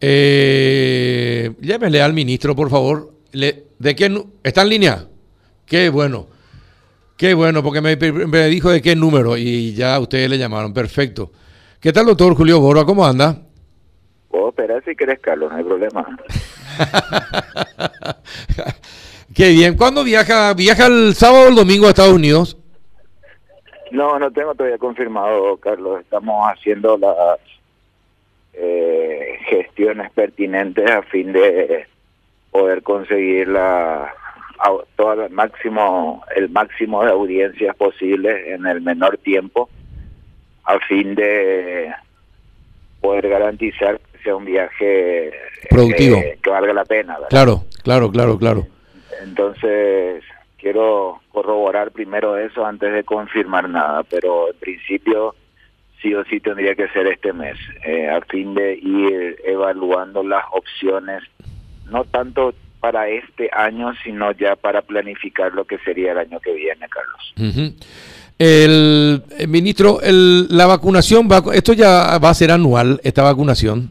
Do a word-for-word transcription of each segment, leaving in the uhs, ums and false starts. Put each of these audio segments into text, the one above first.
Eh, llémele al ministro, por favor. Le, ¿De qué nu- ¿Está en línea? Qué bueno. Qué bueno, porque me, me dijo de qué número y ya ustedes le llamaron. Perfecto. ¿Qué tal, doctor Julio Borba? ¿Cómo anda? Puedo esperar si querés, Carlos, no hay problema. Qué bien. ¿Cuándo viaja? ¿Viaja el sábado o el domingo a Estados Unidos? No, no tengo todavía confirmado, Carlos. Estamos haciendo las eh, gestiones pertinentes a fin de poder conseguir la, au- toda la máximo, el máximo de audiencias posibles en el menor tiempo, a fin de poder garantizar que sea un viaje Productivo. eh, que valga la pena, ¿verdad? Claro, claro, claro, claro. Entonces, quiero corroborar primero eso antes de confirmar nada, pero en principio sí o sí tendría que ser este mes, eh, a fin de ir evaluando las opciones, no tanto para este año, sino ya para planificar lo que sería el año que viene, Carlos. Ujú. El, el ministro, el, la vacunación, va, esto ya va a ser anual, esta vacunación.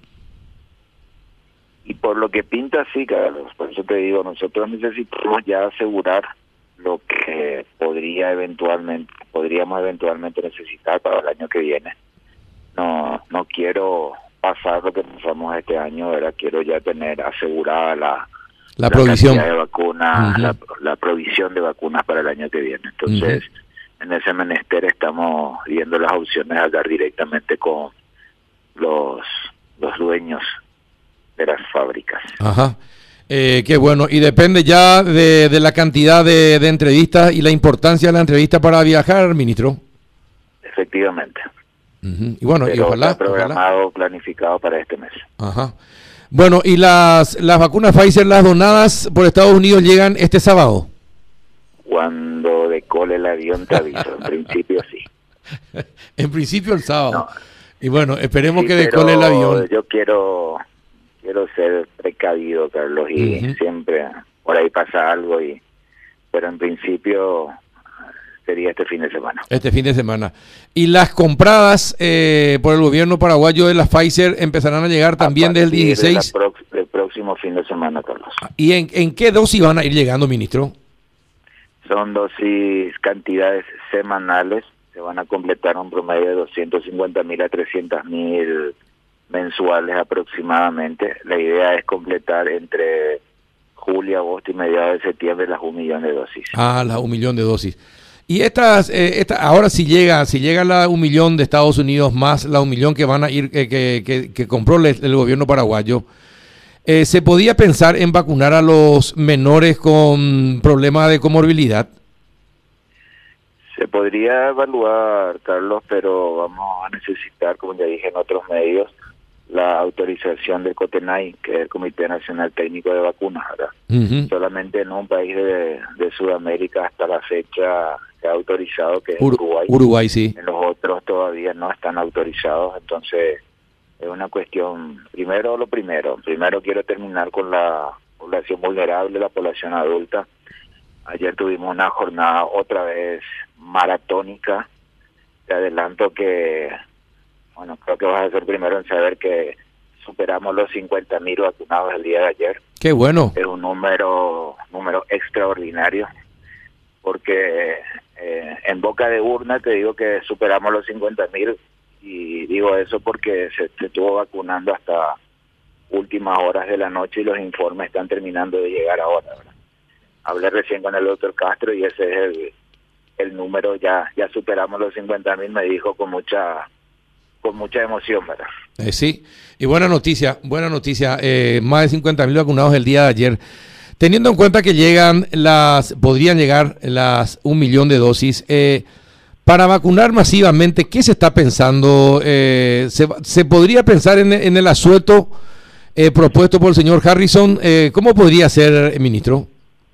Y por lo que pinta, sí, Carlos, por eso te digo, nosotros necesitamos ya asegurar lo que podría eventualmente, podríamos eventualmente necesitar para el año que viene. No, no quiero pasar lo que pasamos este año, ¿verdad? Quiero ya tener asegurada la, La provisión. cantidad de vacunas, Ujú. la, la provisión de vacunas para el año que viene. Entonces, Ujú. en ese menester estamos viendo las opciones de hablar directamente con los, los dueños de las fábricas. Ajá. Eh, qué bueno. Y depende ya de, de la cantidad de, de entrevistas y la importancia de la entrevista para viajar, ministro. Efectivamente. Ujú. Y bueno, y Pero ojalá, está ojalá. programado, planificado para este mes. Ajá. Bueno, y las, las vacunas Pfizer, las donadas por Estados Unidos, llegan este sábado. Cuando decole el avión te aviso, en principio sí. En principio el sábado. No. Y bueno, esperemos Sí, que decole el pero avión. yo quiero quiero ser precavido, Carlos, y Ujú. siempre por ahí pasa algo, y pero en principio sería este fin de semana. Este fin de semana. Y las compradas eh, por el gobierno paraguayo de las Pfizer empezarán a llegar también A del partir de la dieciséis. prox- del próximo fin de semana, Carlos. ¿Y en, en qué dosis van a ir llegando, ministro? Son dosis, cantidades semanales, se van a completar un promedio de doscientos cincuenta mil a trescientos mil mensuales aproximadamente. La idea es completar entre julio, agosto y mediados de septiembre las un millón de dosis. Ah, la un millón de dosis. Y estas, eh, esta, ahora si llega, si llega la un millón de Estados Unidos más la un millón que van a ir, eh, que, que, que compró el, el gobierno paraguayo, eh, ¿se podía pensar en vacunar a los menores con problemas de comorbilidad? Se podría evaluar, Carlos, pero vamos a necesitar, como ya dije en otros medios, la autorización del COTENAI, que es el Comité Nacional Técnico de Vacunas, ¿verdad? Uh-huh. Solamente en un país de, de Sudamérica hasta la fecha se ha autorizado, que es Ur- Uruguay. Uruguay, sí. En los otros todavía no están autorizados, entonces es una cuestión, primero lo primero, primero quiero terminar con la población vulnerable, la población adulta. Ayer tuvimos una jornada otra vez maratónica. Te adelanto que, bueno, creo que vas a ser primero en saber que superamos los cincuenta mil vacunados el día de ayer. Qué bueno. Es un número número extraordinario, porque eh, en boca de urna te digo que superamos los cincuenta mil, y digo eso porque se, se estuvo vacunando hasta últimas horas de la noche y los informes están terminando de llegar ahora, ¿verdad? Hablé recién con el doctor Castro y ese es el, el número, ya ya superamos los cincuenta mil, me dijo con mucha con mucha emoción, ¿verdad? Eh, sí, y buena noticia, buena noticia, eh, más de cincuenta mil vacunados el día de ayer. Teniendo en cuenta que llegan las, podrían llegar las un millón de dosis, eh, para vacunar masivamente, ¿qué se está pensando? Eh, ¿se, ¿Se podría pensar en, en el asueto eh, propuesto por el señor Harrison? Eh, ¿Cómo podría ser, ministro?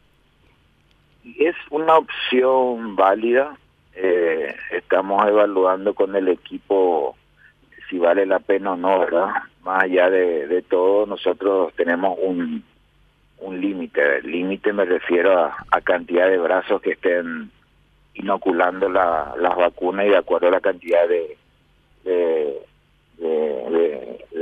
Es una opción válida. Eh, estamos evaluando con el equipo si vale la pena o no, ¿verdad? Más allá de, de todo, nosotros tenemos un, un límite. El límite me refiero a, a cantidad de brazos que estén inoculando la, las vacunas, y de acuerdo a la cantidad de, de, de, de, de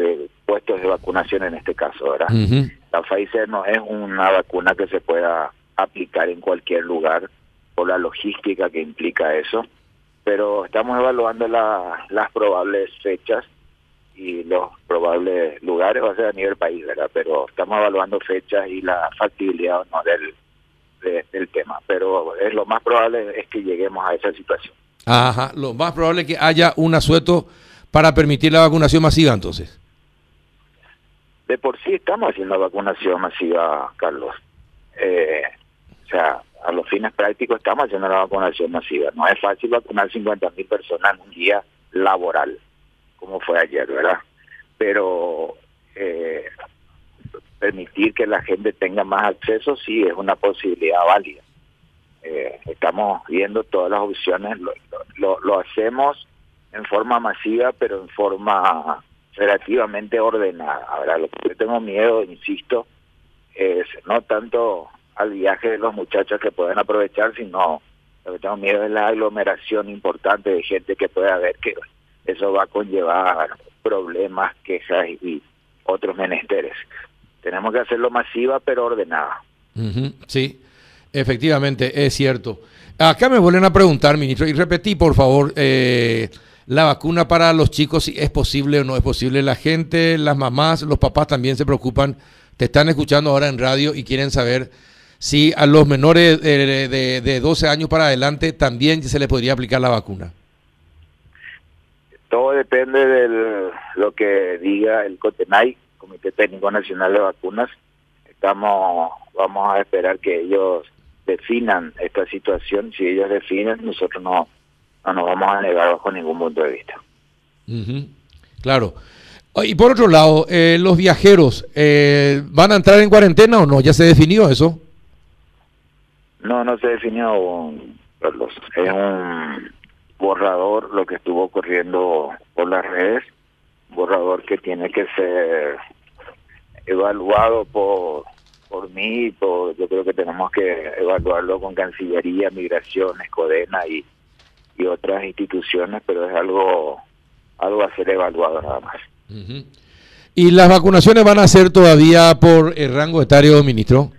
puestos de vacunación en este caso, ¿verdad? Uh-huh. La Pfizer no es una vacuna que se pueda aplicar en cualquier lugar por la logística que implica eso, pero estamos evaluando la, las probables fechas y los probables lugares, va a ser a nivel país, ¿verdad? Pero estamos evaluando fechas y la factibilidad o no del, de, del tema, pero es lo más probable es que lleguemos a esa situación. Ajá, lo más probable es que haya un asueto para permitir la vacunación masiva, entonces. De por sí estamos haciendo vacunación masiva, Carlos. Eh, o sea, a los fines prácticos estamos haciendo la vacunación masiva. No es fácil vacunar cincuenta mil personas en un día laboral, como fue ayer, ¿verdad? Pero eh, permitir que la gente tenga más acceso, sí, es una posibilidad válida. Eh, estamos viendo todas las opciones, lo, lo, lo hacemos en forma masiva, pero en forma relativamente ordenada. Ahora, lo que yo tengo miedo, insisto, es no tanto al viaje de los muchachos que pueden aprovechar, sino lo que tengo miedo es la aglomeración importante de gente que puede haber, que eso va a conllevar problemas, quejas y otros menesteres. Tenemos que hacerlo masiva, pero ordenada. Uh-huh, sí, efectivamente, es cierto. Acá me vuelven a preguntar, ministro, y repetí, por favor, eh, la vacuna para los chicos, si es posible o no es posible. La gente, las mamás, los papás también se preocupan, te están escuchando ahora en radio y quieren saber si a los menores de, de, de doce años para adelante también se les podría aplicar la vacuna. Todo depende de lo que diga el COTENAI, Comité Técnico Nacional de Vacunas. Estamos, vamos a esperar que ellos definan esta situación. Si ellos definen, nosotros no, no nos vamos a negar bajo ningún punto de vista. Uh-huh. Claro. Y por otro lado, eh, los viajeros, eh, ¿van a entrar en cuarentena o no? ¿Ya se definió eso? No, no se definió, Carlos. Es un borrador lo que estuvo ocurriendo por las redes, borrador que tiene que ser evaluado por por mí, por, yo creo que tenemos que evaluarlo con Cancillería, Migraciones, CODENA y, y otras instituciones, pero es algo, algo a ser evaluado nada más. Uh-huh. ¿Y las vacunaciones van a ser todavía por el rango etario, ministro?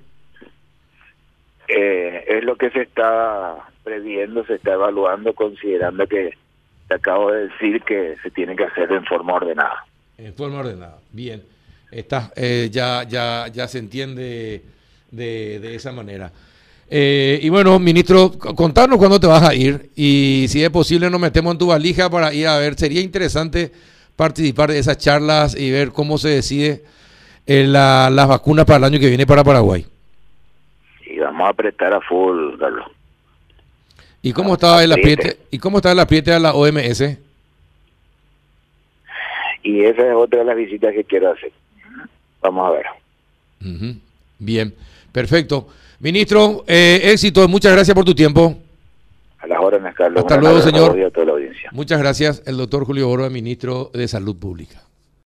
Eh, es lo que se está previendo, se está evaluando, considerando que te acabo de decir que se tiene que hacer en forma ordenada. En forma ordenada, bien. Está, eh, ya, ya, ya se entiende de, de esa manera. Eh, y bueno, ministro, contanos cuándo te vas a ir y si es posible nos metemos en tu valija para ir a ver. Sería interesante participar de esas charlas y ver cómo se decide eh, la, las vacunas para el año que viene para Paraguay. Y vamos a apretar a full, Carlos. ¿Y cómo estaba el apriete? ¿Y cómo está el apriete a la O M S? Y esa es otra de las visitas que quiero hacer. Vamos a ver. Uh-huh. Bien, perfecto. Ministro, eh, éxito, muchas gracias por tu tiempo. A las órdenes, Carlos. Hasta luego, señor. A toda la audiencia. Muchas gracias, el doctor Julio Borba, ministro de Salud Pública.